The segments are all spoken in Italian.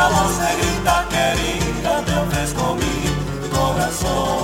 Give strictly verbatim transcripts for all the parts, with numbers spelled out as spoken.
aquella voz negrita querida, te ofrezco mi corazón.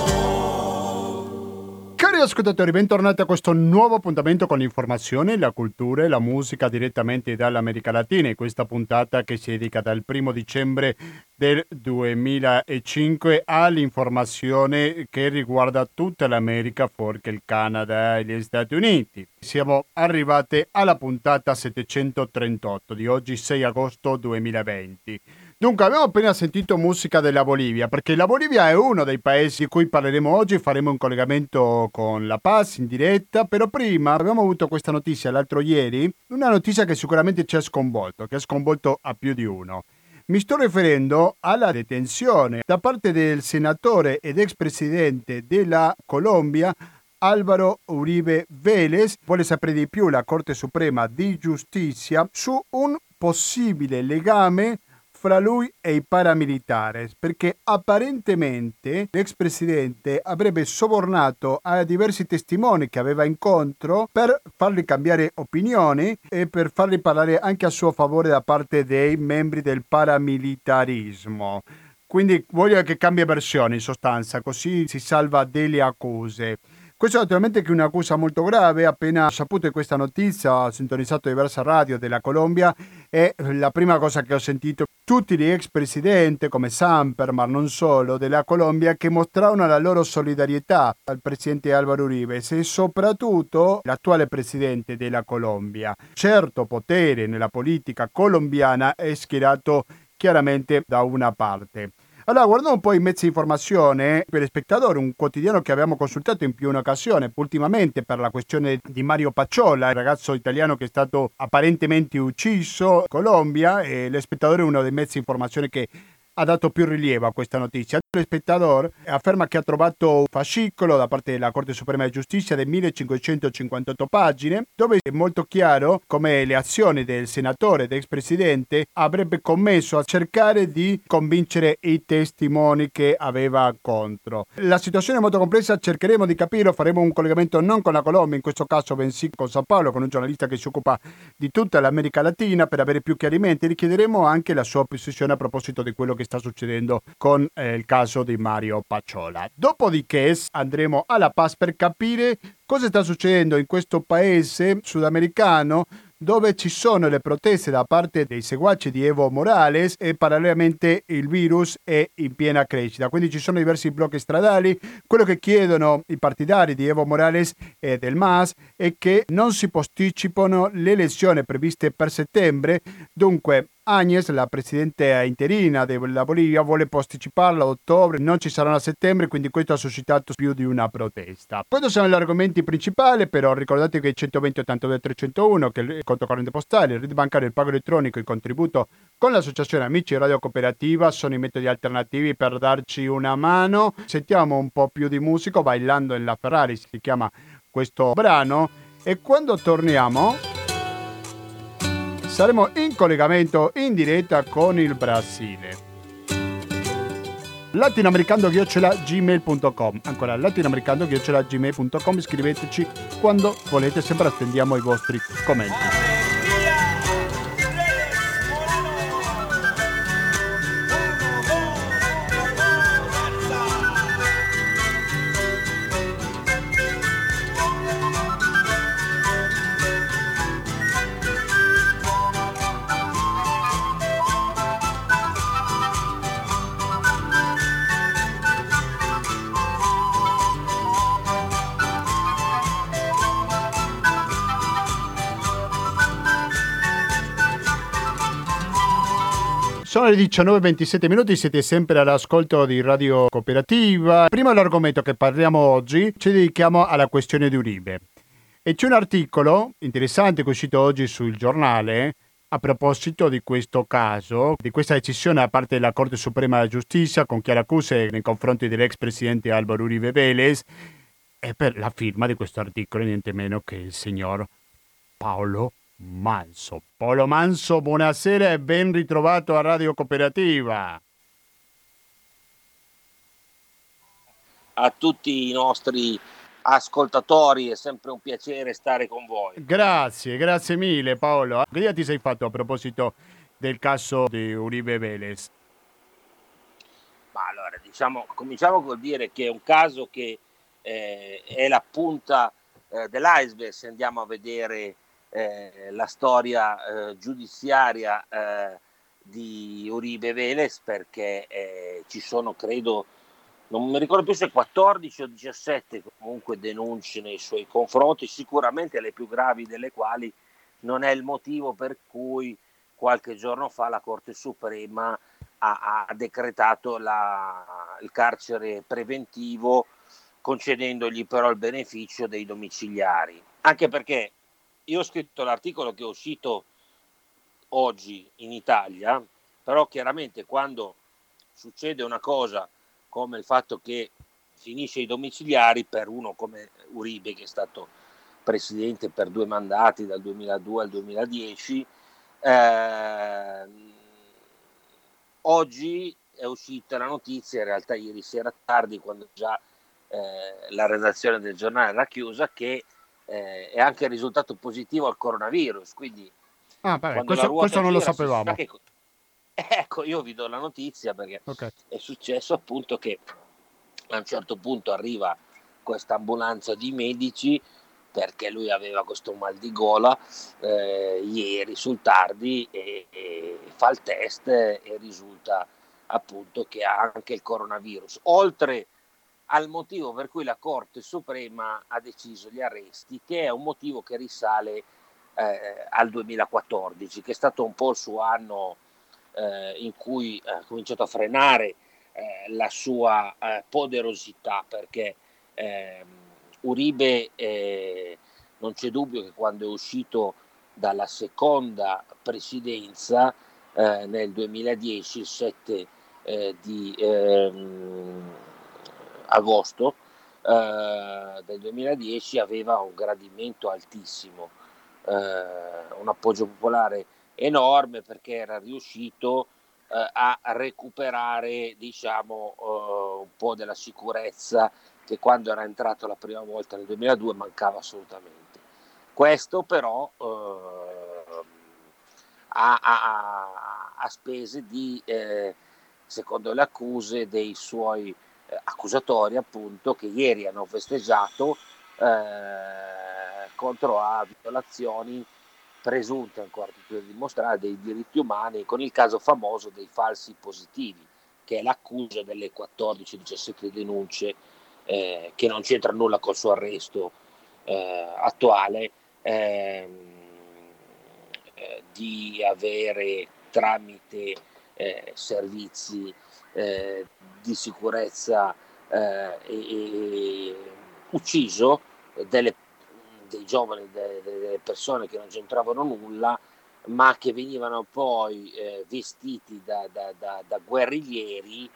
Cari ascoltatori, bentornati a questo nuovo appuntamento con l'informazione, la cultura e la musica direttamente dall'America Latina. In questa puntata che si dedica dal primo dicembre del duemilacinque all'informazione che riguarda tutta l'America, fuorché il Canada e gli Stati Uniti. Siamo arrivati alla puntata settecentotrentotto di oggi, sei agosto duemilaventi. Dunque, abbiamo appena sentito musica della Bolivia, perché la Bolivia è uno dei paesi di cui parleremo oggi. Faremo un collegamento con La Paz in diretta, però prima abbiamo avuto questa notizia l'altro ieri, una notizia che sicuramente ci ha sconvolto, che ha sconvolto a più di uno. Mi sto riferendo alla detenzione da parte del senatore ed ex presidente della Colombia, Álvaro Uribe Vélez. Vuole sapere di più la Corte Suprema di Giustizia su un possibile legame fra lui e i paramilitari, perché apparentemente l'ex presidente avrebbe sobornato a diversi testimoni che aveva incontro per farli cambiare opinioni e per farli parlare anche a suo favore da parte dei membri del paramilitarismo. Quindi voglio che cambia versione in sostanza, così si salva delle accuse. Questo naturalmente è un'accusa molto grave. Appena ho saputo questa notizia ho sintonizzato diverse radio della Colombia e la prima cosa che ho sentito tutti gli ex presidenti come Samper, ma non solo, della Colombia, che mostravano la loro solidarietà al presidente Álvaro Uribe e soprattutto l'attuale presidente della Colombia. Certo potere nella politica colombiana è schierato chiaramente da una parte. Allora, guardando un po' i mezzi di informazione, per il Spettatore, un quotidiano che abbiamo consultato in più un'occasione, ultimamente per la questione di Mario Pacciola, il ragazzo italiano che è stato apparentemente ucciso in Colombia, e lo Spettatore è uno dei mezzi di informazione che ha dato più rilievo a questa notizia. Il Spettatore afferma che ha trovato un fascicolo da parte della Corte Suprema di Giustizia di millecinquecentocinquantotto pagine, dove è molto chiaro come le azioni del senatore ed ex presidente avrebbe commesso a cercare di convincere i testimoni che aveva contro. La situazione è molto complessa, cercheremo di capirlo, faremo un collegamento non con la Colombia, in questo caso bensì con San Paolo, con un giornalista che si occupa di tutta l'America Latina, per avere più chiarimenti. Richiederemo anche la sua posizione a proposito di quello che sta succedendo con eh, il caso di Mario Pacciola. Dopodiché andremo alla Paz per capire cosa sta succedendo in questo paese sudamericano dove ci sono le proteste da parte dei seguaci di Evo Morales e parallelamente il virus è in piena crescita. Quindi ci sono diversi blocchi stradali. Quello che chiedono i partidari di Evo Morales e del M A S è che non si posticipano le elezioni previste per settembre. Dunque Áñez, la presidente interina della Bolivia, vuole posticiparla a ottobre, non ci saranno a settembre, quindi questo ha suscitato più di una protesta. Questi sono gli argomenti principali, però ricordate che il centoventi ottantadue trecentouno, che è il conto corrente postale, il R I D bancario, il pago elettronico, il contributo con l'associazione Amici Radio Cooperativa sono i metodi alternativi per darci una mano. Sentiamo un po' più di musica, Bailando en la Ferrari si chiama questo brano, e quando torniamo saremo in collegamento in diretta con il Brasile. latinoamericano chiocciola gmail punto com. Ancora latinoamericano chiocciola gmail punto com. Scriveteci quando volete, sempre attendiamo i vostri commenti. Sono le diciannove e ventisette minuti, siete sempre all'ascolto di Radio Cooperativa. Prima dell'argomento che parliamo oggi, ci dedichiamo alla questione di Uribe. E c'è un articolo interessante che è uscito oggi sul giornale a proposito di questo caso, di questa decisione da parte della Corte Suprema di Giustizia con chiare accuse nei confronti dell'ex presidente Álvaro Uribe Vélez, e per la firma di questo articolo niente meno che il signor Paolo Manso. Paolo Manso, buonasera e ben ritrovato a Radio Cooperativa. A tutti i nostri ascoltatori, è sempre un piacere stare con voi. Grazie, grazie mille Paolo. Che idea ti sei fatto a proposito del caso di Uribe Vélez? Ma allora, diciamo, cominciamo col dire che è un caso che eh, è la punta eh, dell'iceberg se andiamo a vedere eh, la storia eh, giudiziaria eh, di Uribe Vélez, perché eh, ci sono, credo, non mi ricordo più se quattordici o diciassette comunque denunce nei suoi confronti, sicuramente le più gravi delle quali non è il motivo per cui qualche giorno fa la Corte Suprema ha, ha decretato la, il carcere preventivo, concedendogli però il beneficio dei domiciliari. Anche perché io ho scritto l'articolo che è uscito oggi in Italia, però chiaramente quando succede una cosa come il fatto che finisce i domiciliari per uno come Uribe, che è stato presidente per due mandati dal duemiladue al duemiladieci, eh, oggi è uscita la notizia, in realtà ieri sera tardi, quando già eh, la redazione del giornale era chiusa, che eh, è anche il risultato positivo al coronavirus, quindi Ah, beh, quando la questo, ruota questo non lo gira si sa sapevamo. che... Ecco, io vi do la notizia perché Ok. è successo appunto che a un certo punto arriva questa ambulanza di medici perché lui aveva questo mal di gola eh, ieri sul tardi e, e fa il test e risulta appunto che ha anche il coronavirus. Oltre al motivo per cui la Corte Suprema ha deciso gli arresti, che è un motivo che risale eh, al duemilaquattordici, che è stato un po' il suo anno eh, in cui ha cominciato a frenare eh, la sua eh, poderosità, perché eh, Uribe eh, non c'è dubbio che quando è uscito dalla seconda presidenza eh, nel duemiladieci, il sette eh, di ehm, agosto eh, del duemiladieci, aveva un gradimento altissimo, eh, un appoggio popolare enorme, perché era riuscito eh, a recuperare, diciamo, eh, un po' della sicurezza che quando era entrato la prima volta nel duemiladue mancava assolutamente. Questo però eh, a, a, a, spese di, eh, secondo le accuse dei suoi eh, accusatori, appunto, che ieri hanno festeggiato eh, contro a violazioni presunte, ancora più da dimostrare, dei diritti umani, con il caso famoso dei falsi positivi, che è l'accusa delle quattordici diciassette denunce eh, che non c'entra nulla col suo arresto eh, attuale, ehm, eh, di avere tramite eh, servizi eh, di sicurezza eh, e, e ucciso delle, dei giovani, delle, delle persone che non c'entravano nulla, ma che venivano poi eh, vestiti da, da, da, da guerriglieri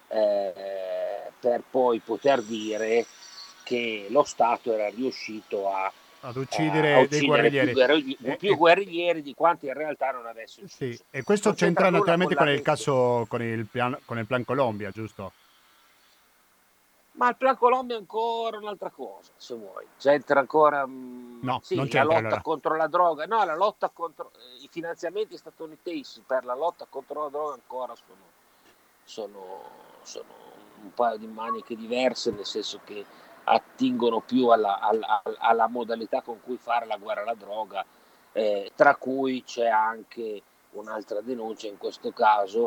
eh, per poi poter dire che lo Stato era riuscito a, Ad a, a uccidere dei uccidere più, guerriglieri. guerrigli- E, più e- guerriglieri di quanti in realtà non avesse sì, ucciso. e questo Non c'entra c'entra nulla con naturalmente con il l'arresto. caso, con il plan, con il plan Colombia, giusto? Ma il Plan Colombia è ancora un'altra cosa, se vuoi. C'entra ancora, mh, No, non sì, la c'entra lotta allora. contro la droga. No, la lotta contro eh, i finanziamenti statunitensi per la lotta contro la droga ancora sono, sono, sono un paio di maniche diverse, nel senso che attingono più alla, alla, alla modalità con cui fare la guerra alla droga, eh, tra cui c'è anche un'altra denuncia in questo caso,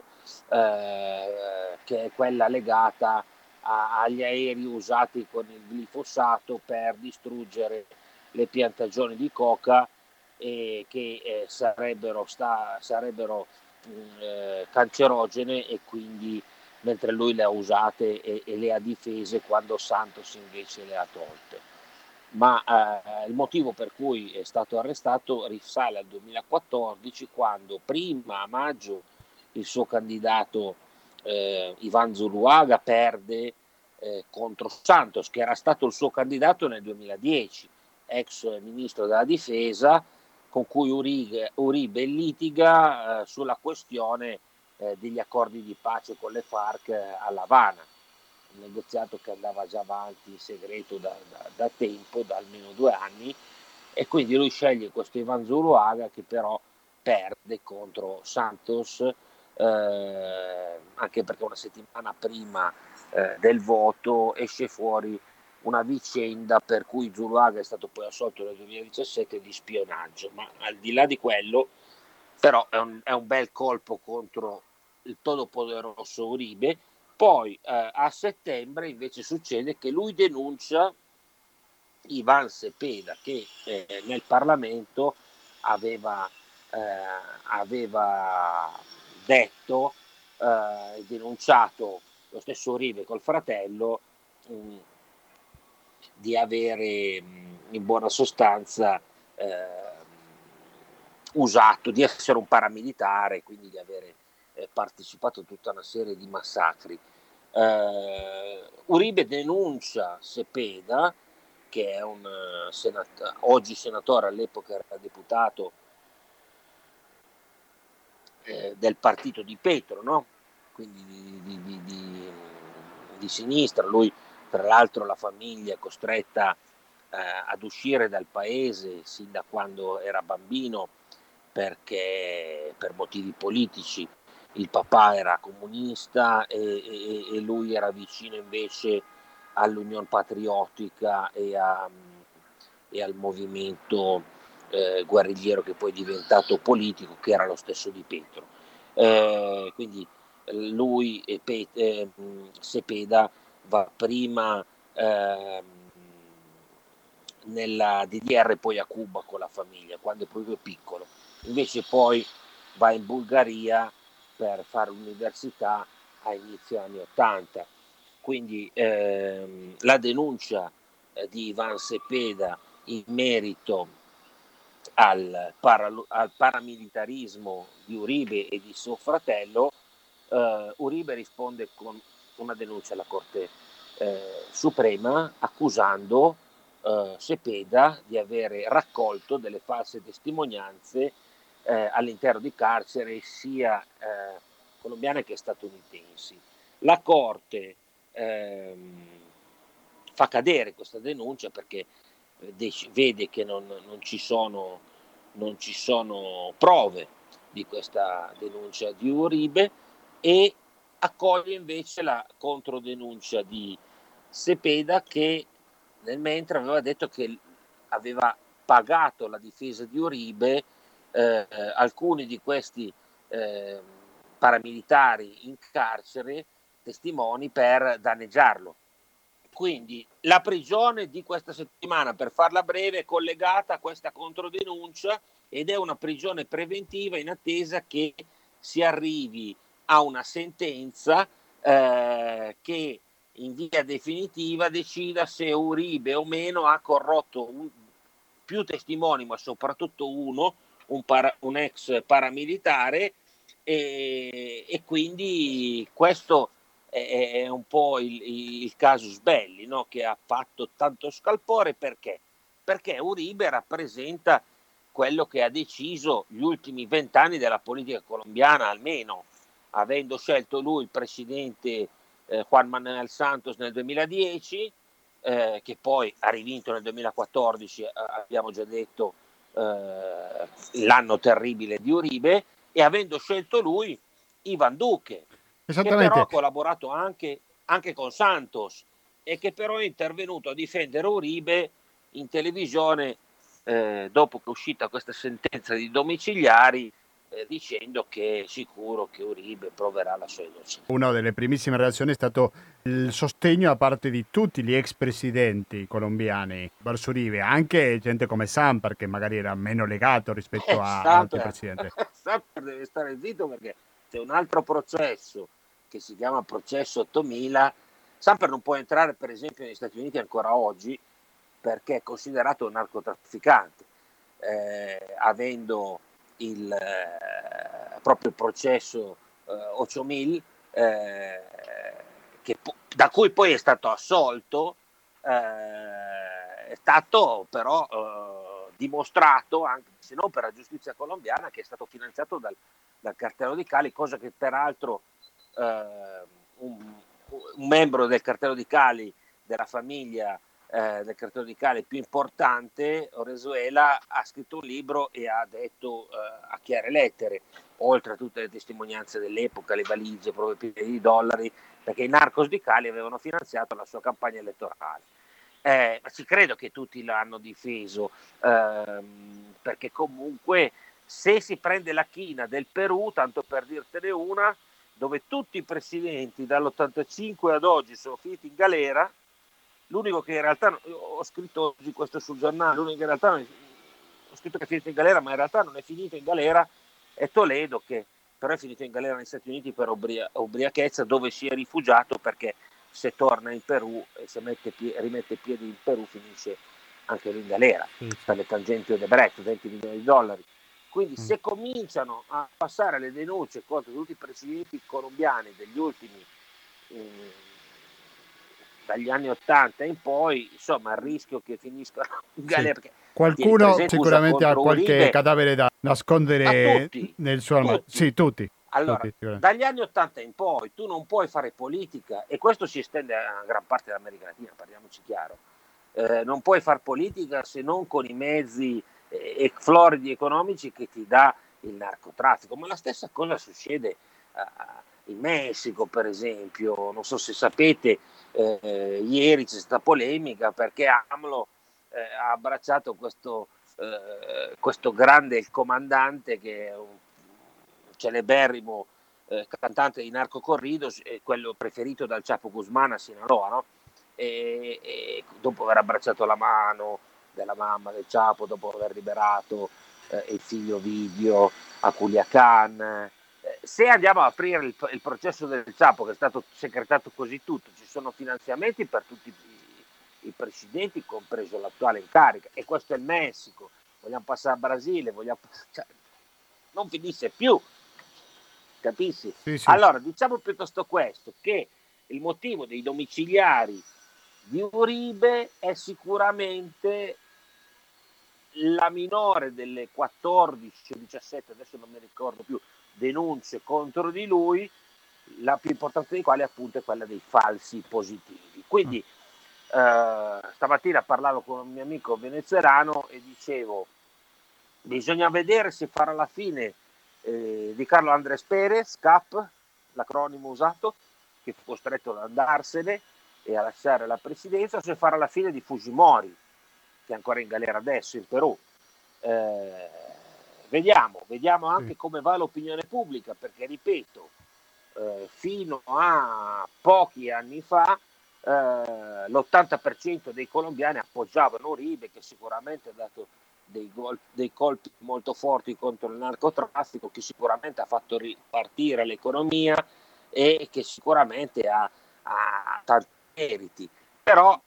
eh, che è quella legata a, agli aerei usati con il glifosato per distruggere le piantagioni di coca e che eh, sarebbero, sta, sarebbero mh, eh, cancerogene, e quindi mentre lui le ha usate e, e le ha difese, quando Santos invece le ha tolte. Ma eh, il motivo per cui è stato arrestato risale al duemilaquattordici, quando prima a maggio il suo candidato eh, Ivan Zuluaga perde eh, contro Santos, che era stato il suo candidato nel duemiladieci, ex ministro della difesa, con cui Uribe, Uribe litiga eh, sulla questione eh, degli accordi di pace con le FARC eh, a La Habana, un negoziato che andava già avanti in segreto da, da, da tempo, da almeno due anni, e quindi lui sceglie questo Ivan Zuluaga, che però perde contro Santos, eh, anche perché una settimana prima eh, del voto esce fuori una vicenda per cui Zuluaga è stato poi assolto nel duemiladiciassette di spionaggio, ma al di là di quello però è un, è un bel colpo contro il todopoderoso Uribe. Poi eh, a settembre invece succede che lui denuncia Ivan Cepeda che eh, nel Parlamento aveva, eh, aveva detto e eh, denunciato lo stesso Uribe col fratello mh, di avere mh, in buona sostanza eh, usato, di essere un paramilitare, quindi di avere eh, partecipato a tutta una serie di massacri. Eh, Uribe denuncia Cepeda, che è un uh, senat- oggi senatore, all'epoca era deputato eh, del partito di Petro, no? Quindi di, di, di, di, di sinistra. Lui, tra l'altro, la famiglia è costretta eh, ad uscire dal paese sin da quando era bambino perché per motivi politici il papà era comunista e, e, e lui era vicino invece all'Unione Patriottica e, a, e al movimento eh, guerrigliero che poi è diventato politico, che era lo stesso di Petro. Eh, quindi lui e Pe- eh, Cepeda va prima eh, nella D D R, poi a Cuba con la famiglia, quando è proprio piccolo. Invece poi va in Bulgaria per fare l'università a inizio anni ottanta. Quindi ehm, la denuncia eh, di Ivan Cepeda in merito al, para, al paramilitarismo di Uribe e di suo fratello, eh, Uribe risponde con una denuncia alla Corte eh, Suprema accusando eh, Cepeda di avere raccolto delle false testimonianze eh, all'interno di carceri sia eh, colombiane che statunitensi. La Corte ehm, fa cadere questa denuncia perché vede che non, non, ci sono, non ci sono prove di questa denuncia di Uribe e accoglie invece la controdenuncia di Cepeda, che nel mentre aveva detto che aveva pagato la difesa di Uribe eh, alcuni di questi eh, paramilitari in carcere, testimoni, per danneggiarlo. Quindi la prigione di questa settimana, per farla breve, è collegata a questa controdenuncia ed è una prigione preventiva in attesa che si arrivi a una sentenza eh, che in via definitiva decida se Uribe o meno ha corrotto un, più testimoni, ma soprattutto uno, un, para, un ex paramilitare, e, e quindi questo è un po' il, il casus belli, no? Che ha fatto tanto scalpore. Perché? Perché Uribe rappresenta quello che ha deciso gli ultimi vent'anni della politica colombiana, almeno avendo scelto lui il presidente eh, Juan Manuel Santos nel duemiladieci, eh, che poi ha rivinto nel duemilaquattordici, eh, abbiamo già detto, eh, l'anno terribile di Uribe, e avendo scelto lui Ivan Duque, che però ha collaborato anche, anche con Santos e che però è intervenuto a difendere Uribe in televisione eh, dopo che è uscita questa sentenza di domiciliari, eh, dicendo che è sicuro che Uribe proverà la sua innocenza. Una delle primissime reazioni è stato il sostegno da parte di tutti gli ex presidenti colombiani verso Uribe, anche gente come Samper, che magari era meno legato rispetto eh, a Samper, altri presidenti. Samper deve stare zitto perché c'è un altro processo che si chiama processo ottomila. Samper non può entrare per esempio negli Stati Uniti ancora oggi perché è considerato un narcotrafficante, eh, avendo il, eh, proprio il processo eh, ocho mil, eh, che, da cui poi è stato assolto, eh, è stato però eh, dimostrato, anche se non per la giustizia colombiana, che è stato finanziato dal, dal cartello di Cali, cosa che peraltro eh, un, un membro del cartello di Cali della famiglia eh, del clericale più importante, Orezuela, ha scritto un libro e ha detto eh, a chiare lettere, oltre a tutte le testimonianze dell'epoca, le valigie proprio piene di dollari, perché i narcos di Cali avevano finanziato la sua campagna elettorale. Eh, ma ci credo che tutti l'hanno difeso, ehm, perché comunque se si prende la china del Perù, tanto per dirtene una, dove tutti i presidenti dall'ottantacinque ad oggi sono finiti in galera, l'unico che in realtà, ho scritto oggi questo sul giornale, l'unico che in realtà ho scritto che è finito in galera, ma in realtà non è finito in galera, è Toledo, che però è finito in galera negli Stati Uniti per ubria- ubriachezza, dove si è rifugiato perché se torna in Perù e se mette pie- rimette piedi in Perù finisce anche lui in galera Sì, sì. per le tangenti Odebrecht, venti milioni di dollari. Quindi Mm. se cominciano a passare le denunce contro tutti i presidenti colombiani degli ultimi eh, dagli anni ottanta in poi, insomma, il rischio che finiscano in Sì. galera, perché tieni Qualcuno presente usa sicuramente ha contro qualche Uribe, cadavere da ma nascondere tutti, nel suo armadio. tutti. Sì, tutti. Allora, tutti sicuramente. dagli anni ottanta in poi tu non puoi fare politica, e questo si estende a gran parte dell'America Latina, parliamoci chiaro. Eh, non puoi fare politica se non con i mezzi eh, e floridi economici che ti dà il narcotraffico. Ma la stessa cosa succede uh, in Messico, per esempio. Non so se sapete, eh, ieri c'è stata polemica perché AMLO eh, ha abbracciato questo, eh, questo grande il comandante, che è un celeberrimo eh, cantante di narcocorridos, eh, quello preferito dal Chapo Guzman a Sinaloa, no? E, e dopo aver abbracciato la mano della mamma del Chapo, dopo aver liberato eh, il figlio Vidio a Culiacan, eh, se andiamo a aprire il, il processo del Chapo, che è stato segretato così tutto, ci sono finanziamenti per tutti i, i presidenti, compreso l'attuale in carica, e questo è il Messico. Vogliamo passare al Brasile, vogliamo, cioè, non finisce più, capisci? Sì, sì. Allora, diciamo piuttosto questo, che il motivo dei domiciliari di Uribe è sicuramente la minore delle quattordici o diciassette, adesso non mi ricordo più, denunce contro di lui, la più importante dei quali appunto è quella dei falsi positivi. Quindi eh, stamattina parlavo con un mio amico venezuelano e dicevo, bisogna vedere se farà la fine eh, di Carlo Andrés Pérez, C A P, l'acronimo usato, che fu costretto ad andarsene e a lasciare la presidenza, o se farà la fine di Fujimori, che è ancora in galera adesso in Perù. Eh, vediamo, vediamo anche Sì. come va l'opinione pubblica, perché ripeto, eh, fino a pochi anni fa eh, l'ottanta per cento dei colombiani appoggiavano Uribe, che sicuramente ha dato dei, gol, dei colpi molto forti contro il narcotraffico, che sicuramente ha fatto ripartire l'economia e che sicuramente ha, ha tanti meriti. Però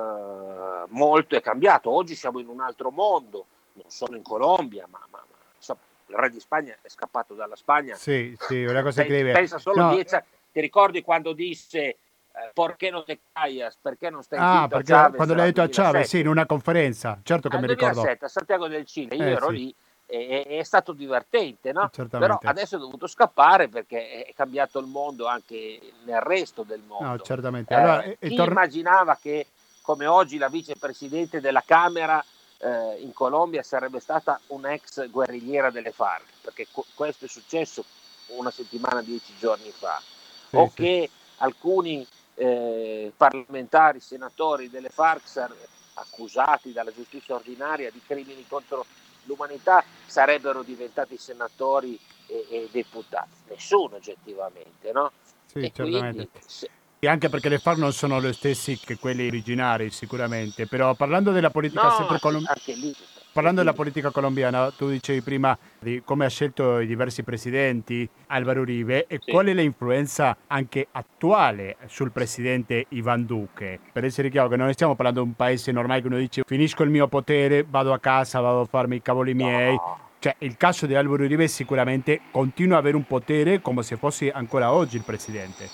eh, molto è cambiato, oggi siamo in un altro mondo, non solo in Colombia, ma, ma, ma insomma, il re di Spagna è scappato dalla Spagna. Sì, sì, una cosa incredibile. Pensa solo No, dieci, ti ricordi quando disse eh, perché non te callas, perché non stai ah, zitto a perché Chavez quando l'hai al detto a Chavez, sì, in duemilasette? una conferenza, certo che Al mi ricordo. duemilasette a Santiago del Cile, io Eh ero sì, lì e è stato divertente, no? Però certamente. adesso è dovuto scappare perché è cambiato il mondo anche nel resto del No, mondo. certamente. Allora, Eh, e, e chi torna... immaginava che come oggi la vicepresidente della Camera eh, in Colombia sarebbe stata un'ex guerrigliera delle FARC? Perché co- questo è successo una settimana, dieci giorni fa. Sì, O sì. che alcuni eh, parlamentari, senatori delle FARC sar- accusati dalla giustizia ordinaria di crimini contro l'umanità sarebbero diventati senatori e, e deputati. Nessuno oggettivamente, no? Sì, E certamente. quindi se, E anche perché le FARC non sono le stessi che quelli originari, sicuramente. Però parlando della politica no, sempre colombiana, anche lì eh, parlando della dimmi. politica colombiana, tu dicevi prima di come ha scelto i diversi presidenti Álvaro Uribe e Sì. qual è l'influenza anche attuale sul presidente Iván Duque. Per essere chiaro che non stiamo parlando di un paese normale che uno dice finisco il mio potere, vado a casa, vado a farmi i cavoli miei. No, Cioè, il caso di Álvaro Uribe sicuramente continua ad avere un potere come se fosse ancora oggi il presidente.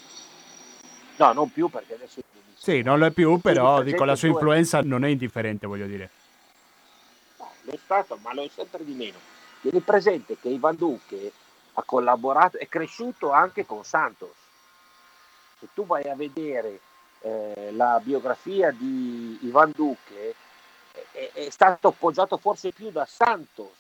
no, non più perché adesso è Sì, giudizio. non lo è più, Tieni però dico la presente sua due, influenza non è indifferente, voglio dire. no, lo è stato, ma lo è sempre di meno. Tieni presente che Ivan Duque ha collaborato, è cresciuto anche con Santos. Se tu vai a vedere eh, la biografia di Ivan Duque è, è stato appoggiato forse più da Santos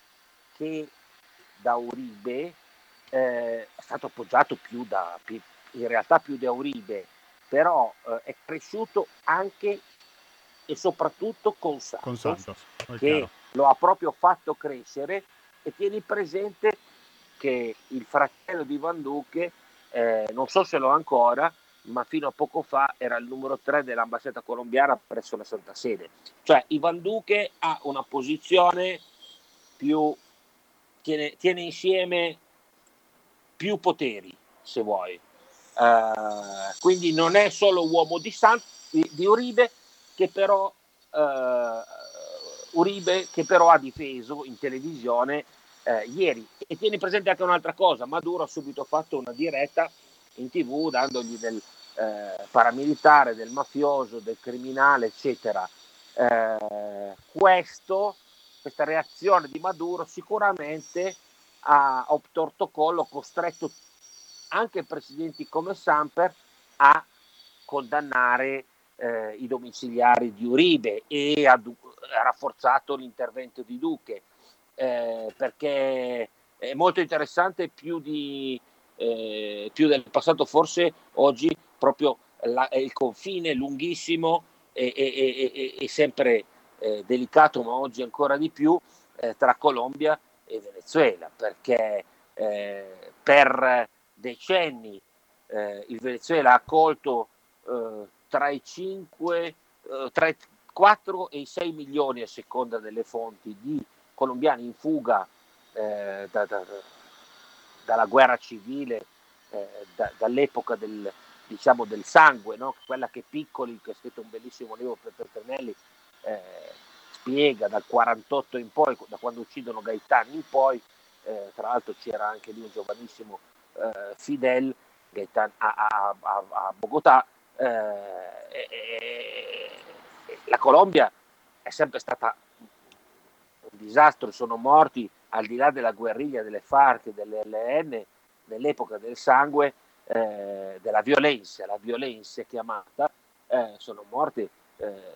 che da Uribe, eh, è stato appoggiato più da, in realtà più da Uribe, però eh, è cresciuto anche e soprattutto con Santos, Con Santos, che chiaro. lo ha proprio fatto crescere. E tieni presente che il fratello di Ivan Duque, eh, non so se lo ha ancora, ma fino a poco fa era il numero tre dell'ambasciata colombiana presso la Santa Sede. Cioè Ivan Duque ha una posizione più, tiene, tiene insieme più poteri, se vuoi. Uh, quindi non è solo uomo di, San, di, di Uribe, che però uh, Uribe che però ha difeso in televisione uh, ieri. E tieni presente anche un'altra cosa: Maduro ha subito fatto una diretta in tv dandogli del uh, paramilitare, del mafioso, del criminale, eccetera. Uh, questo, questa reazione di Maduro sicuramente ha obtorto collo, costretto anche presidenti come Samper a condannare eh, i domiciliari di Uribe e ha, ha rafforzato l'intervento di Duque, eh, perché è molto interessante, più, di, eh, più del passato forse oggi, proprio la, il confine lunghissimo e, e, e, e sempre eh, delicato, ma oggi ancora di più, eh, tra Colombia e Venezuela, perché eh, per decenni eh, il Venezuela ha accolto eh, tra i cinque, eh, tra i quattro e i sei milioni a seconda delle fonti di colombiani in fuga eh, da, da, dalla guerra civile, eh, da, dall'epoca del, diciamo, del sangue, no? Quella che Piccoli, che ha scritto un bellissimo libro per Petronelli, eh, spiega dal quarantotto in poi, da quando uccidono Gaetani in poi. Eh, tra l'altro c'era anche lì un giovanissimo eh, Fidel Gaetan, a, a, a, a Bogotà. Eh, e, e, e la Colombia è sempre stata un disastro, sono morti, al di là della guerriglia delle FARC e delle L N, nell'epoca del sangue, eh, della violenza, la violenza chiamata, eh, sono morti eh,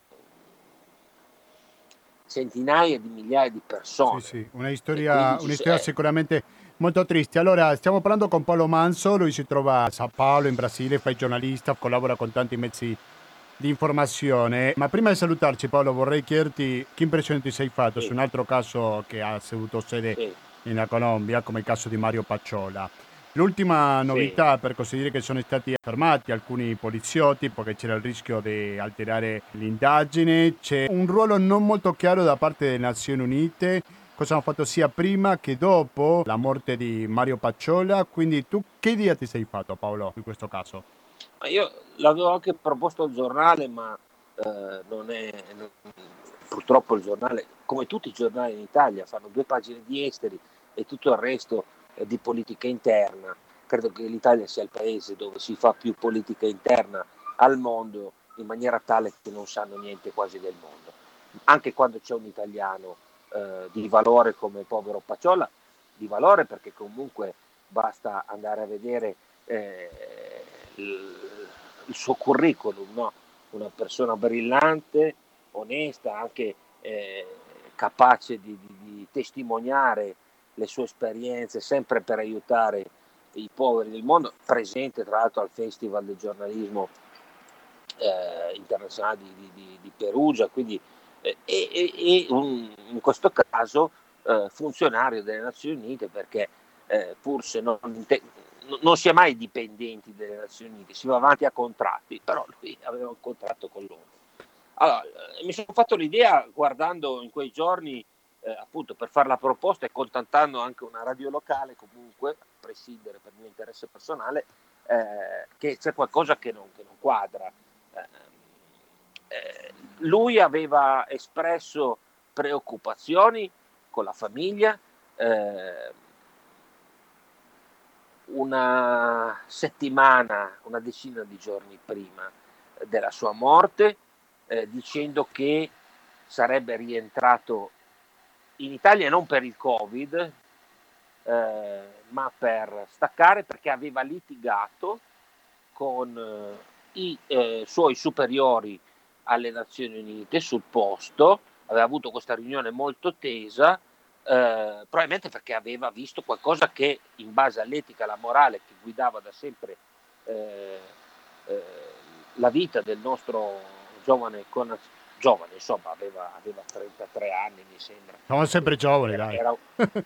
centinaia di migliaia di persone. Sì, sì, una storia, una storia eh, sicuramente molto triste. Allora, stiamo parlando con Paolo Manso, lui si trova a Sao Paulo, in Brasile, fa il giornalista, collabora con tanti mezzi di informazione. Ma prima di salutarci, Paolo, vorrei chiederti che impressione ti sei fatto sì, su un altro caso che ha avuto sede sì, in Colombia, come il caso di Mario Pacciola. L'ultima sì. novità, per così dire, che sono stati fermati alcuni poliziotti perché c'era il rischio di alterare l'indagine. C'è un ruolo non molto chiaro da parte delle Nazioni Unite, cosa hanno fatto sia prima che dopo la morte di Mario Pacciola. Quindi tu che idea ti sei fatto, Paolo, di questo caso? Ma io l'avevo anche proposto al giornale, ma eh, non è, non, purtroppo il giornale, come tutti i giornali in Italia, fanno due pagine di esteri e tutto il resto eh, di politica interna. Credo che l'Italia sia il paese dove si fa più politica interna al mondo, in maniera tale che non sanno niente quasi del mondo. Anche quando c'è un italiano eh, di valore come il povero Pacciola, di valore perché comunque basta andare a vedere eh, il, il suo curriculum, no? Una persona brillante, onesta, anche eh, capace di, di, di testimoniare le sue esperienze sempre per aiutare i poveri del mondo, presente tra l'altro al Festival del giornalismo eh, internazionale di, di, di Perugia, quindi eh, e, e un, in questo caso eh, funzionario delle Nazioni Unite, perché eh, pur se non, non si è mai dipendenti delle Nazioni Unite, si va avanti a contratti, però lui aveva un contratto con loro. Allora, eh, mi sono fatto l'idea guardando in quei giorni, eh, appunto per fare la proposta e contattando anche una radio locale, comunque, a prescindere per il mio interesse personale, eh, che c'è qualcosa che non, che non quadra. Eh, lui aveva espresso preoccupazioni con la famiglia eh, una settimana, una decina di giorni prima della sua morte, eh, dicendo che sarebbe rientrato in Italia non per il Covid, eh, ma per staccare, perché aveva litigato con i eh, suoi superiori alle Nazioni Unite sul posto, aveva avuto questa riunione molto tesa, eh, probabilmente perché aveva visto qualcosa che in base all'etica e alla morale che guidava da sempre eh, eh, la vita del nostro giovane Conan, giovane insomma aveva, aveva trentatré anni mi sembra. Siamo sempre giovani, era, dai. Era,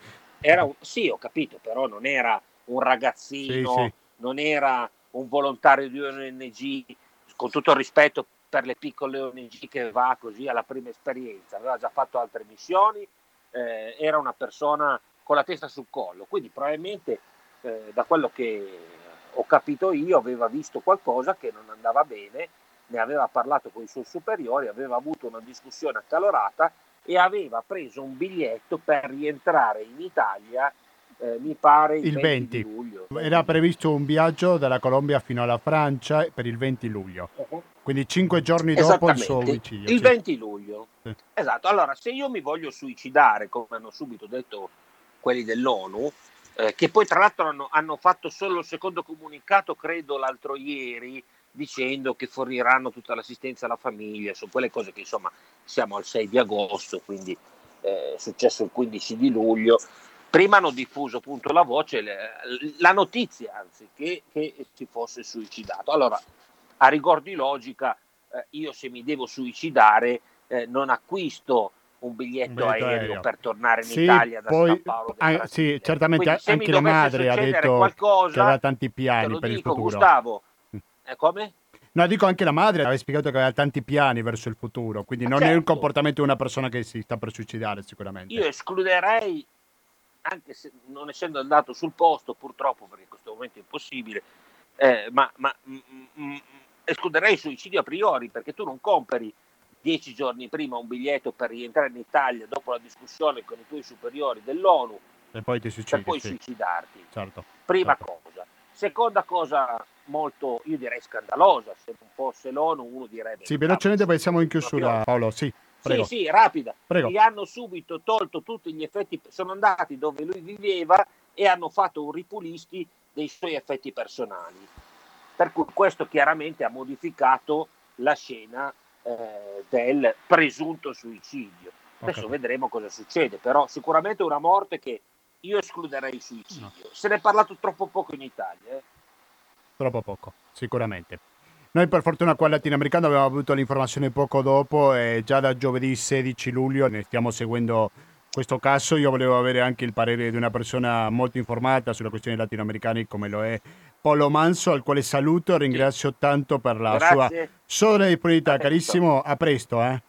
era un, sì, ho capito, però non era un ragazzino, sì, sì. non era un volontario di un O N G, con tutto il rispetto per le piccole O N G che va così alla prima esperienza, aveva già fatto altre missioni, eh, era una persona con la testa sul collo, quindi probabilmente eh, da quello che ho capito io aveva visto qualcosa che non andava bene, ne aveva parlato con i suoi superiori, aveva avuto una discussione accalorata e aveva preso un biglietto per rientrare in Italia, eh, mi pare il, il venti venti di luglio. Era previsto un viaggio dalla Colombia fino alla Francia per il venti luglio. Uh-huh. Quindi cinque giorni dopo il suo omicidio. Il sì. venti luglio. Sì. Esatto. Allora, se io mi voglio suicidare, come hanno subito detto quelli dell'ONU, eh, che poi tra l'altro hanno, hanno fatto solo il secondo comunicato, credo l'altro ieri, dicendo che forniranno tutta l'assistenza alla famiglia, sono quelle cose che insomma siamo al sei di agosto, quindi eh, è successo il quindici di luglio. Prima hanno diffuso appunto la voce, la notizia anzi, che, che si fosse suicidato. Allora, a rigor di logica, eh, io se mi devo suicidare eh, non acquisto un biglietto, un biglietto aereo, aereo per tornare in sì, Italia da poi, San Paolo del ah, sì, certamente. Quindi, se anche mi la madre ha detto qualcosa, che aveva tanti piani te lo per dico, il futuro. Gustavo, eh, come? No, dico anche la madre aveva spiegato che aveva tanti piani verso il futuro, quindi Ma non certo. è un comportamento di una persona che si sta per suicidare sicuramente. Io escluderei, anche se non essendo andato sul posto purtroppo, perché in questo momento è impossibile, eh, ma, ma m- m- escluderei il suicidio a priori, perché tu non compri dieci giorni prima un biglietto per rientrare in Italia dopo la discussione con i tuoi superiori dell'ONU e poi ti suicidi, per poi sì. suicidarti. Certo, Prima certo. cosa. Seconda cosa molto, io direi scandalosa, se non fosse l'ONU uno direbbe... Sì, velocemente poi siamo in chiusura, Paolo, sì. Prego. Sì, sì, rapida. Prego. Gli hanno subito tolto tutti gli effetti, sono andati dove lui viveva e hanno fatto un ripulisti dei suoi effetti personali. Per cui questo chiaramente ha modificato la scena eh, del presunto suicidio. Adesso Okay. vedremo cosa succede, però sicuramente una morte che io escluderei il suicidio. No. Se ne è parlato troppo poco in Italia. Eh? Troppo poco, sicuramente. Noi per fortuna qua al Latinoamericano abbiamo avuto l'informazione poco dopo e già da giovedì sedici luglio ne stiamo seguendo questo caso. Io volevo avere anche il parere di una persona molto informata sulle questioni latinoamericane come lo è Paolo Manso, al quale saluto e ringrazio sì. tanto per la Grazie. sua sola disponibilità. Carissimo, a presto. Eh.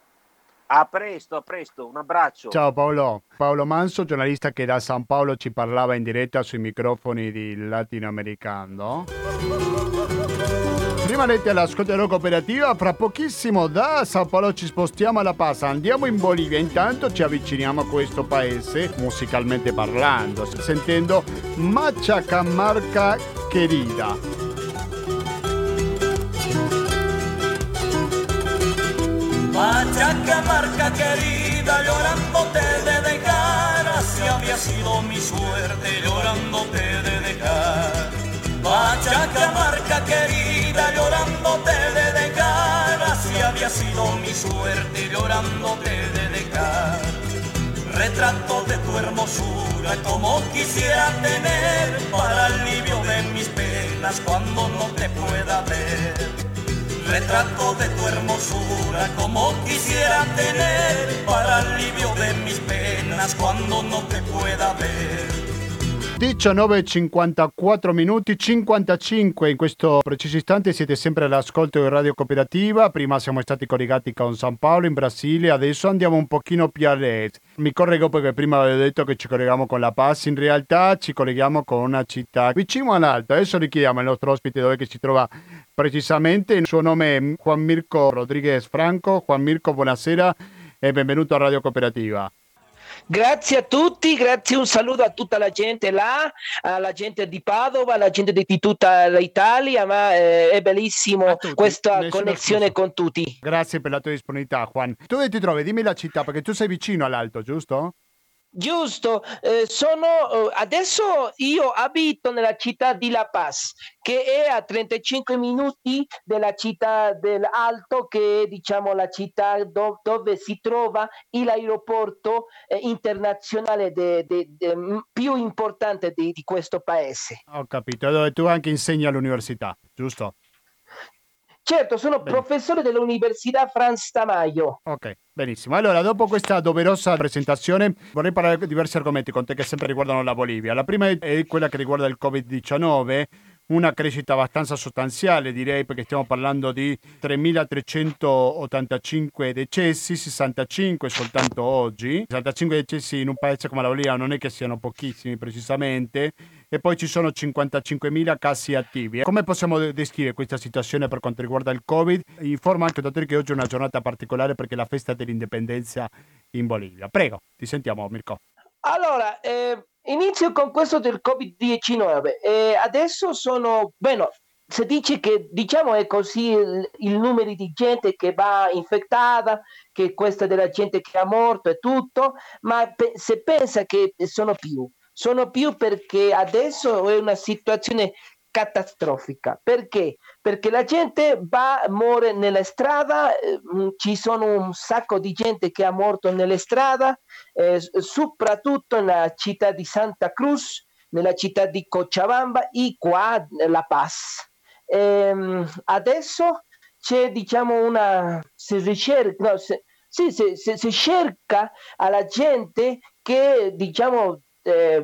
A presto, a presto, un abbraccio. Ciao Paolo. Paolo Manso, giornalista che da San Paolo ci parlava in diretta sui microfoni di Latinoamericano. Rimanete all'ascolto della cooperativa, fra pochissimo da San Paolo ci spostiamo alla Paz, andiamo in Bolivia, intanto ci avviciniamo a questo paese musicalmente parlando, sentendo Machacamarca Querida. Machacamarca querida, llorándote de dejar, así había sido mi suerte, llorándote de dejar. Machacamarca querida, llorándote de dejar, así había sido mi suerte, llorándote de dejar. Retrato de tu hermosura, como quisiera tener, para alivio de mis penas cuando no te pueda ver. Retrato de tu hermosura, como quisiera tener, para alivio de mis penas cuando no te pueda ver. diciannove e cinquantaquattro minuti, cinquantacinque in questo preciso istante, siete sempre all'ascolto di Radio Cooperativa. Prima siamo stati collegati con San Paolo in Brasile, adesso andiamo un pochino più a est. Mi correggo perché prima avevo detto che ci colleghiamo con La Paz, in realtà ci colleghiamo con una città vicino all'altra. Adesso richiediamo al nostro ospite dove che si trova precisamente, il suo nome è Juan Mirko Rodriguez Franco. Juan Mirko, buonasera e benvenuto a Radio Cooperativa. Grazie a tutti, grazie, un saluto a tutta la gente là, alla gente di Padova, alla gente di tutta l'Italia, ma eh, è bellissimo questa Nessuno connessione scuso. con tutti. Grazie per la tua disponibilità, Juan. Tu dove ti trovi? Dimmi la città, perché tu sei vicino all'Alto, giusto? Giusto, eh, sono adesso io abito nella città di La Paz, che è a trentacinque minuti dalla città dell'Alto, che è diciamo la città do- dove si trova l'aeroporto eh, internazionale de- de- de- più importante di, di questo paese. Ho capito, dove tu anche insegni all'università, giusto? Certo, sono Bene. professore dell'Università Franz Tamayo. Ok, benissimo. Allora, dopo questa doverosa presentazione, vorrei parlare di diversi argomenti con te che sempre riguardano la Bolivia. La prima è quella che riguarda il covid diciannove, una crescita abbastanza sostanziale, direi, perché stiamo parlando di tremilatrecentottantacinque decessi, sessantacinque soltanto oggi. sessantacinque decessi in un paese come la Bolivia non è che siano pochissimi precisamente, e poi ci sono cinquantacinquemila casi attivi. Come possiamo descrivere questa situazione per quanto riguarda il Covid? Informo anche, dottore, che oggi è una giornata particolare perché è la festa dell'indipendenza in Bolivia. Prego, ti sentiamo, Mirko. Allora, eh, inizio con questo del covid diciannove. Eh, adesso sono, bueno, si dice che diciamo è così il, il numero di gente che va infettata, che questa della gente che è morto e tutto, ma pe- se pensa che sono più, sono più perché adesso è una situazione catastrofica. Perché? Perché la gente va, muore nella strada, eh, ci sono un sacco di gente che è morto nella strada, eh, soprattutto nella città di Santa Cruz, nella città di Cochabamba e qua La Paz. Ehm, adesso c'è diciamo una si ricerca, no, se, sì, se, se, si cerca alla gente che diciamo eh,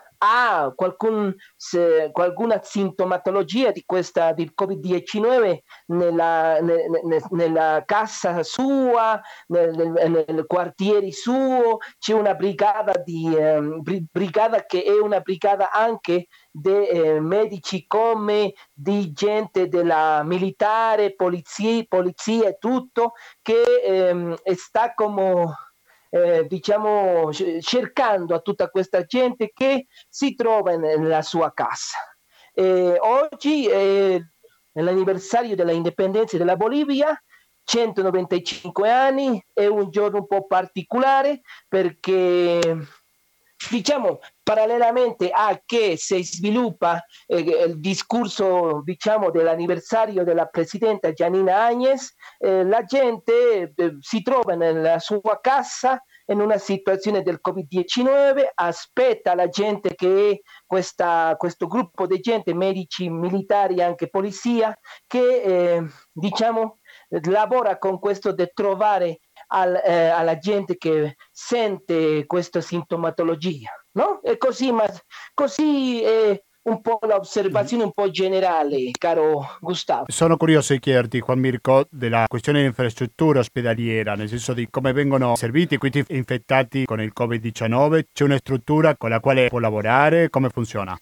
ha qualcun, se, qualcuna sintomatologia di questa del covid diciannove nella, ne, ne, nella casa sua, nel, nel, nel quartiere suo, c'è una brigata di eh, brigata che è una brigata anche di eh, medici come di gente della militare, polizia, polizia e tutto che eh, sta come eh, diciamo cercando a tutta questa gente che si trova nella sua casa. Eh, oggi è l'anniversario dell'indipendenza della Bolivia, centonovantacinque anni, è un giorno un po' particolare perché diciamo parallelamente a che si sviluppa eh, il discorso diciamo dell'anniversario della presidenta Gianina Áñez, eh, la gente eh, si trova nella sua casa in una situazione del covid diciannove, aspetta la gente che questa, questo gruppo di gente, medici, militari e anche polizia, che eh, diciamo lavora con questo di trovare al, eh, alla gente che sente questa sintomatologia, no? E così, ma così è un po' l'osservazione un po' generale, caro Gustavo. Sono curioso di chiederti, Juan Mirko, della questione di infrastruttura ospedaliera, nel senso di come vengono serviti questi infettati con il covid diciannove. C'è una struttura con la quale può lavorare? Come funziona?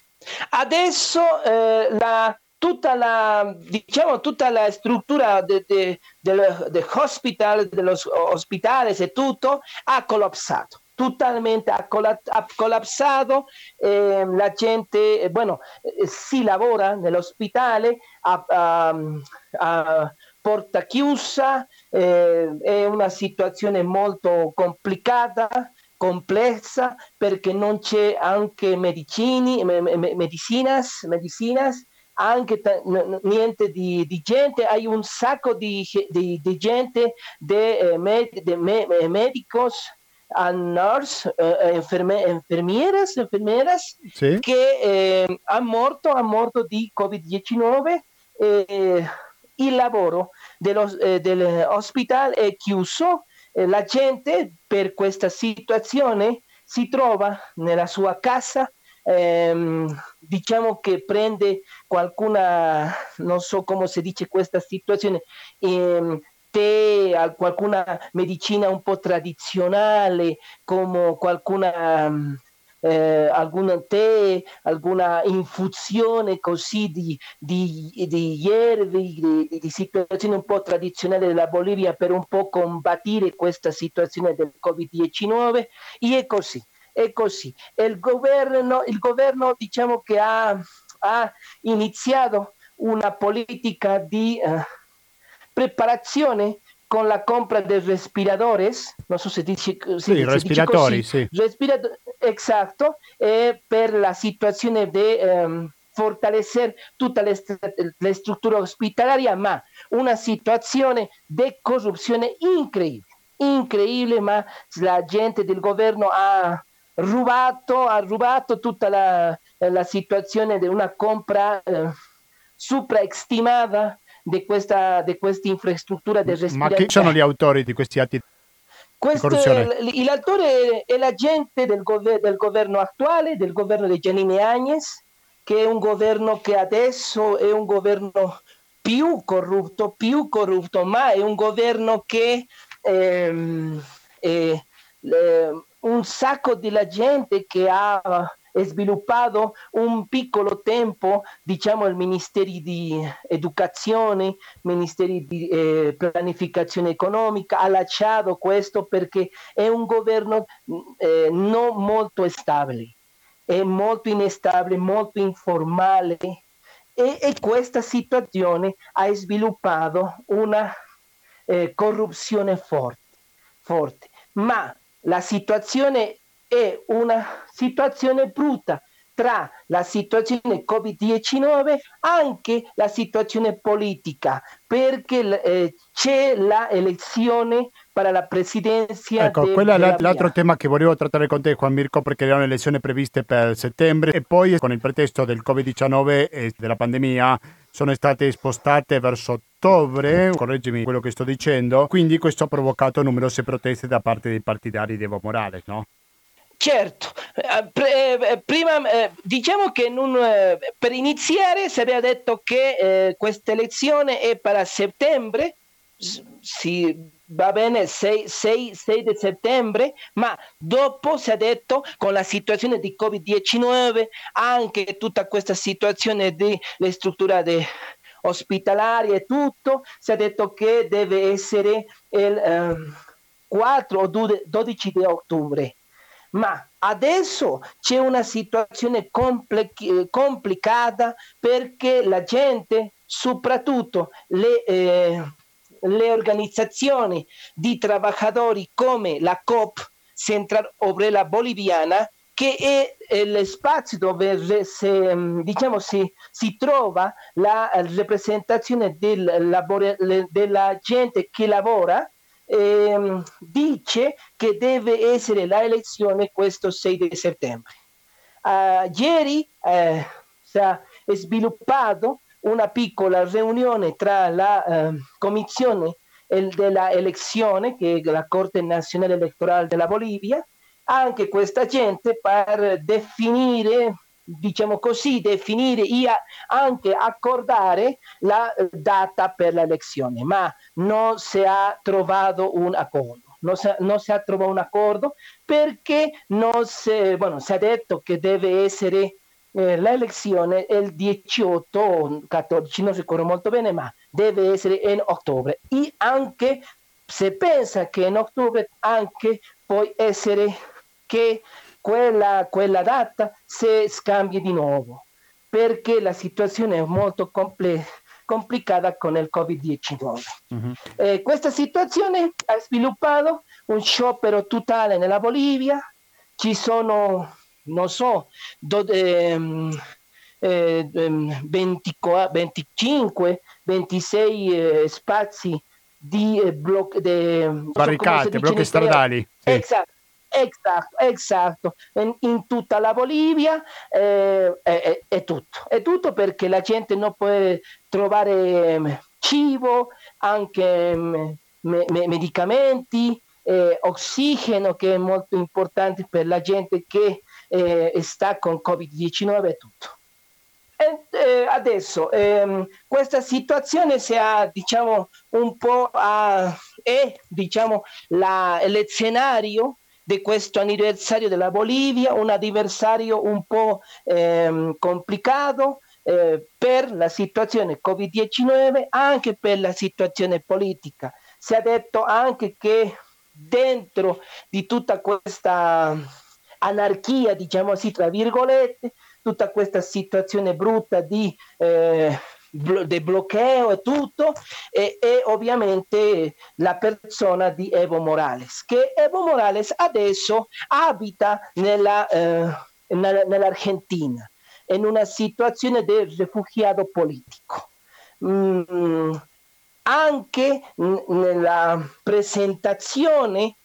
Adesso eh, la tutta la, diciamo, tutta la struttura de, de, del, del hospital, dello ospitales e tutto ha collapsato, totalmente ha, colla- ha collapsato, eh, la gente, eh, bueno, eh, si lavora nell'ospedale a, a, a porta chiusa, eh, è una situazione molto complicata, complessa, perché non c'è anche medicini, me, me, medicinas, medicinas anche t- n- niente di, di gente, hai un sacco di, di, di gente, de, eh, med- de me- medicos, a nurse, eh, enferme- enfermieras, enfermeras sì, che eh, ha morto, ha morto di covid diciannove. Eh, il lavoro dello, eh, dell'ospedale è chiuso, eh, la gente per questa situazione si trova nella sua casa. Ehm, diciamo che prende qualcuna, non so come si dice questa situazione, ehm, te, qualcuna medicina un po' tradizionale, come qualcuna eh, alcun tè, alguna infusione così di, di, di hierve, di, di situazioni un po' tradizionali della Bolivia per un po' combattere questa situazione del covid diciannove, e è così. È così. Il governo, il governo diciamo che ha, ha iniziato una politica di eh, preparazione con la compra de respiradores, non so se dice, se, sì, se respiratori, dice così, sì. respirato, esatto, eh, per la situazione di um, fortalecer tutta la struttura ospitalaria, ma una situazione di corruzione incredibile, incredibile, ma la gente del governo ha rubato, ha rubato tutta la, la situazione di una compra eh, supraestimata di questa, di questa infrastruttura di respirazione. Ma chi sono gli autori di questi atti di corruzione? L'autore è la gente del, gover- del governo attuale, del governo di Giannini Áñez, che è un governo che adesso è un governo più corrupto, più corrupto, ma è un governo che ehm, è, è, un sacco di la gente che ha sviluppato un piccolo tempo, diciamo, il Ministero di Educazione, Ministero di eh, Pianificazione Economica, ha lasciato questo perché è un governo eh, non molto stabile, è molto instabile, molto informale e, e questa situazione ha sviluppato una eh, corruzione forte, forte, ma la situazione è una situazione brutta tra la situazione covid diciannove anche la situazione politica, perché eh, c'è la elezione per la presidenza. Ecco, de, quello è della l'altro tema che volevo trattare con te, Juan Mirko, perché erano elezioni previste per settembre e poi con il pretesto del covid diciannove e della pandemia sono state spostate verso ottobre, correggimi quello che sto dicendo, quindi questo ha provocato numerose proteste da parte dei partidari di Evo Morales, no? Certo, eh, prima eh, diciamo che non, eh, per iniziare si aveva detto che eh, questa elezione è per settembre, sì, va bene, sei di settembre, ma dopo si è detto con la situazione di covid diciannove, anche tutta questa situazione delle strutture ospitalarie e tutto, si è detto che deve essere il eh, quattro o dodici di ottobre. Ma adesso c'è una situazione compl- complicata perché la gente, soprattutto le, eh, le organizzazioni di lavoratori come la C O P, Central Obrera Boliviana, che è lo spazio dove se, diciamo, si, si trova la rappresentazione del lavoro, della gente che lavora, Eh, dice che deve essere la elezione questo sei di settembre. Uh, ieri eh, si è sviluppato una piccola riunione tra la eh, commissione della elezione, che è la Corte Nazionale Elettorale della Bolivia, anche questa gente per definire, diciamo così, definire e anche accordare la data per l'elezione, ma non si è trovato un accordo. Non si, non si è trovato un accordo perché non si, bueno, si è detto che deve essere eh, l'elezione il diciotto o quattordici, non ricordo molto bene, ma deve essere in ottobre. E anche se pensa che in ottobre anche può essere che quella, quella data si scambi di nuovo, perché la situazione è molto comple- complicata con il covid diciannove. Uh-huh. Eh, questa situazione ha sviluppato un sciopero totale nella Bolivia, ci sono, non so, do, ehm, eh, venti, venticinque ventisei eh, spazi di eh, blocchi, barricate, so blocchi stradali. Sì. Esatto. Esatto, esatto. In, in tutta la Bolivia eh, è, è tutto, è tutto perché la gente non può trovare cibo, anche me, me, medicamenti, eh, ossigeno, che è molto importante per la gente che eh, sta con covid diciannove e tutto. E, eh, adesso ehm, questa situazione si ha, diciamo, un po' a, è, diciamo, la, lo scenario di questo anniversario della Bolivia, un anniversario un po' ehm, complicato eh, per la situazione covid diciannove, anche per la situazione politica. Si è detto anche che dentro di tutta questa anarchia, diciamo così, tra virgolette, tutta questa situazione brutta di, eh, di bloqueo e tutto, e, e ovviamente la persona di Evo Morales, che Evo Morales adesso abita nella, eh, nella, nell'Argentina, in una situazione di rifugiato politico. Mm, anche nella presentazione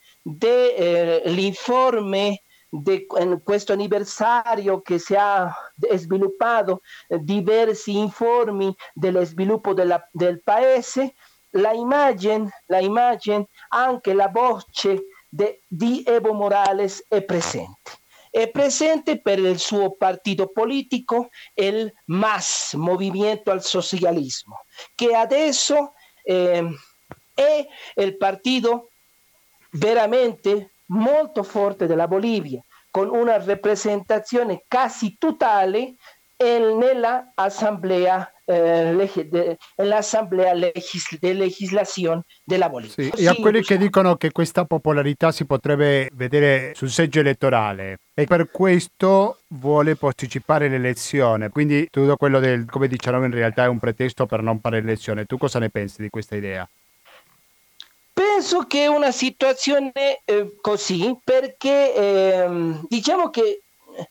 dell'informe di questo anniversario che si è sviluppato, diversi informi dello sviluppo della, del paese, la immagine, la immagine, anche la voce de, di Evo Morales è presente. È presente per il suo partito politico, il M A S, Movimiento al Socialismo, che adesso eh, è il partito veramente molto forte della Bolivia, con una rappresentazione quasi totale nella assemblea, eh, leg- nell'assemblea legis- di legislazione della Bolivia. Sì, Così, e a quelli che diciamo, dicono che questa popolarità si potrebbe vedere sul seggio elettorale e per questo vuole posticipare l'elezione, quindi tutto quello del come diciamo in realtà è un pretesto per non fare l'elezione. Tu cosa ne pensi di questa idea? Penso che è una situazione eh, così, perché eh, diciamo che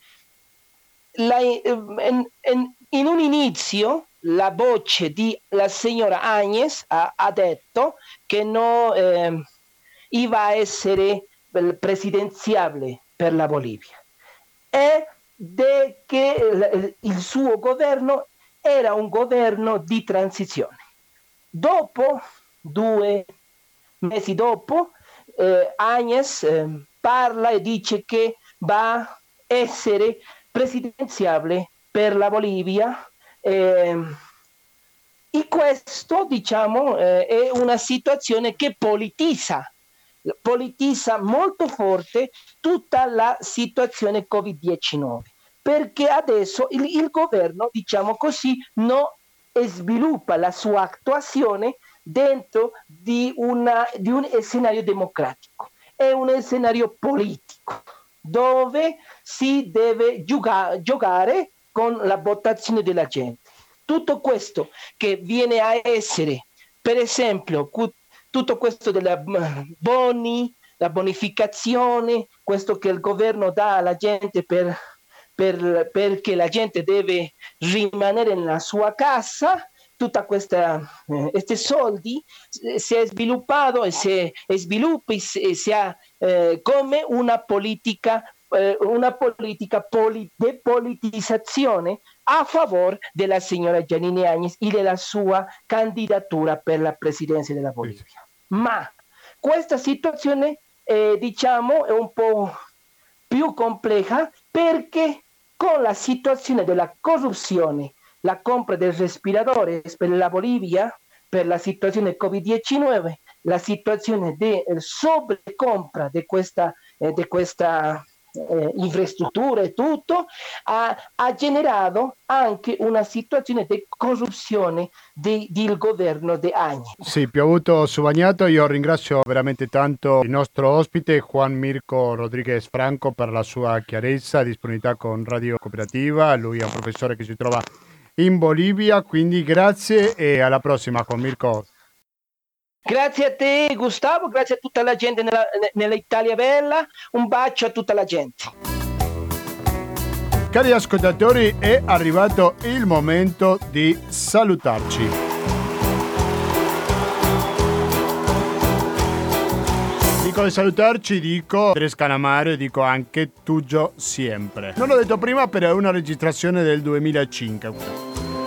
la, eh, in, in un inizio la voce di la signora Áñez ha, ha detto che non eh, iba a essere presidenziale per la Bolivia e de che il, il suo governo era un governo di transizione. Dopo due mesi dopo, eh, Áñez eh, parla e dice che va a essere presidenziale per la Bolivia, eh, e questo, diciamo, eh, è una situazione che politizza, politizza molto forte tutta la situazione covid diciannove, perché adesso il, il governo, diciamo così, non sviluppa la sua attuazione dentro di, una, di un scenario democratico, è un scenario politico dove si deve gioca- giocare con la votazione della gente. Tutto questo che viene a essere, per esempio, cu- tutto questo della boni, la bonificazione, questo che il governo dà alla gente per, per, perché la gente deve rimanere nella sua casa, tutta questa eh, questi soldi eh, si è sviluppato e si sviluppa e si, si ha eh, come una politica eh, una politica poli- depolitizzazione a favore della signora Janine Áñez e della sua candidatura per la presidenza della Bolivia. Ma questa situazione eh, diciamo è un po' più complessa perché con la situazione della corruzione, la compra del respiratore per la Bolivia, per la situazione covid diciannove, la situazione di sobrecompra di questa, eh, di questa eh, infrastruttura e tutto, ha, ha generato anche una situazione di corruzione del governo di Áñez. Sì, piovuto su bagnato. Io ringrazio veramente tanto il nostro ospite Juan Mirko Rodríguez Franco per la sua chiarezza e disponibilità con Radio Cooperativa. Lui è un professore che si trova in Bolivia, quindi grazie e alla prossima Juan Mirko. Grazie a te Gustavo, grazie a tutta la gente nella, nell'Italia Bella, un bacio a tutta la gente. Cari ascoltatori, è arrivato il momento di salutarci. Dico di salutarci, dico Andrés Calamaro e dico anche Tuyo Siempre. Non l'ho detto prima, però è una registrazione del duemilacinque.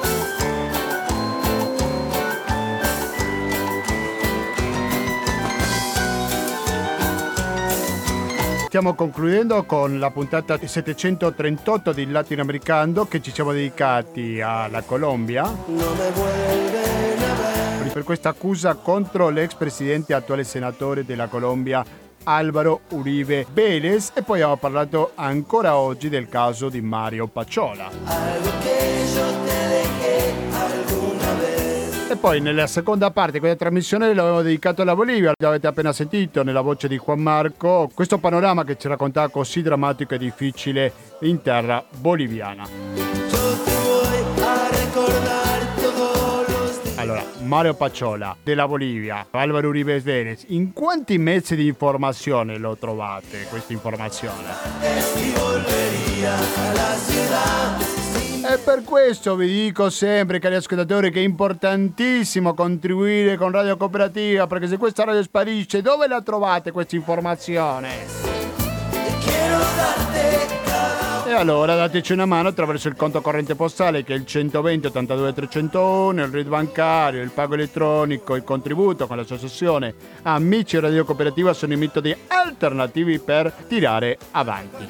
Stiamo concludendo con la puntata settecentotrentotto di Latinoamericano che ci siamo dedicati alla Colombia per questa accusa contro l'ex presidente e attuale senatore della Colombia Álvaro Uribe Vélez, e poi abbiamo parlato ancora oggi del caso di Mario Paciola. E poi nella seconda parte di questa trasmissione l'abbiamo dedicato alla Bolivia, l'avete appena sentito nella voce di Juan Marco, questo panorama che ci raccontava così drammatico e difficile in terra boliviana. Yo te voy a recordar todo Allora, Mario Pacciola della Bolivia, Alvaro Uribe Vélez, in quanti mezzi di informazione lo trovate questa informazione? E per questo vi dico sempre, cari ascoltatori, che è importantissimo contribuire con Radio Cooperativa, perché se questa radio sparisce, dove la trovate questa informazione? E allora dateci una mano attraverso il conto corrente postale, che è il centoventi ottantadue trecentouno, il R I D bancario, il pago elettronico, il contributo con l'associazione Amici Radio Cooperativa sono i metodi alternativi per tirare avanti.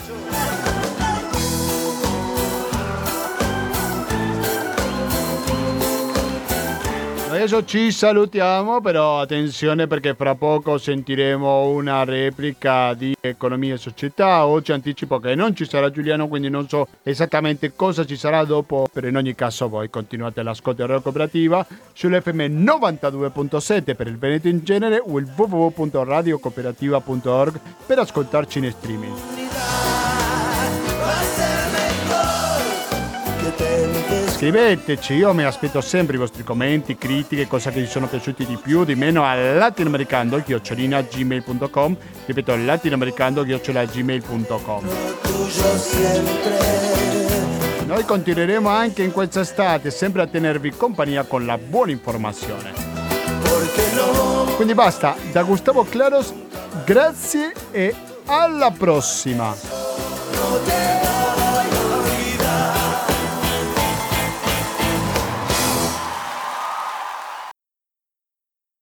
Adesso ci salutiamo, però attenzione perché fra poco sentiremo una replica di Economia e Società. Oggi anticipo che non ci sarà Giuliano, quindi non so esattamente cosa ci sarà dopo, però in ogni caso voi continuate l'ascolto di Radio Cooperativa sull'F M novantadue virgola sette per il Veneto in genere o il w w w punto radio cooperativa punto org per ascoltarci in streaming. Scriveteci, io mi aspetto sempre i vostri commenti, critiche, cosa che vi sono piaciuti di più, di meno a latinoamericando chiocciolina gmail punto com, ripeto latinoamericando chiocciola gmail punto com. Noi continueremo anche in quest'estate sempre a tenervi compagnia con la buona informazione. Quindi basta, da Gustavo Claros, grazie e alla prossima!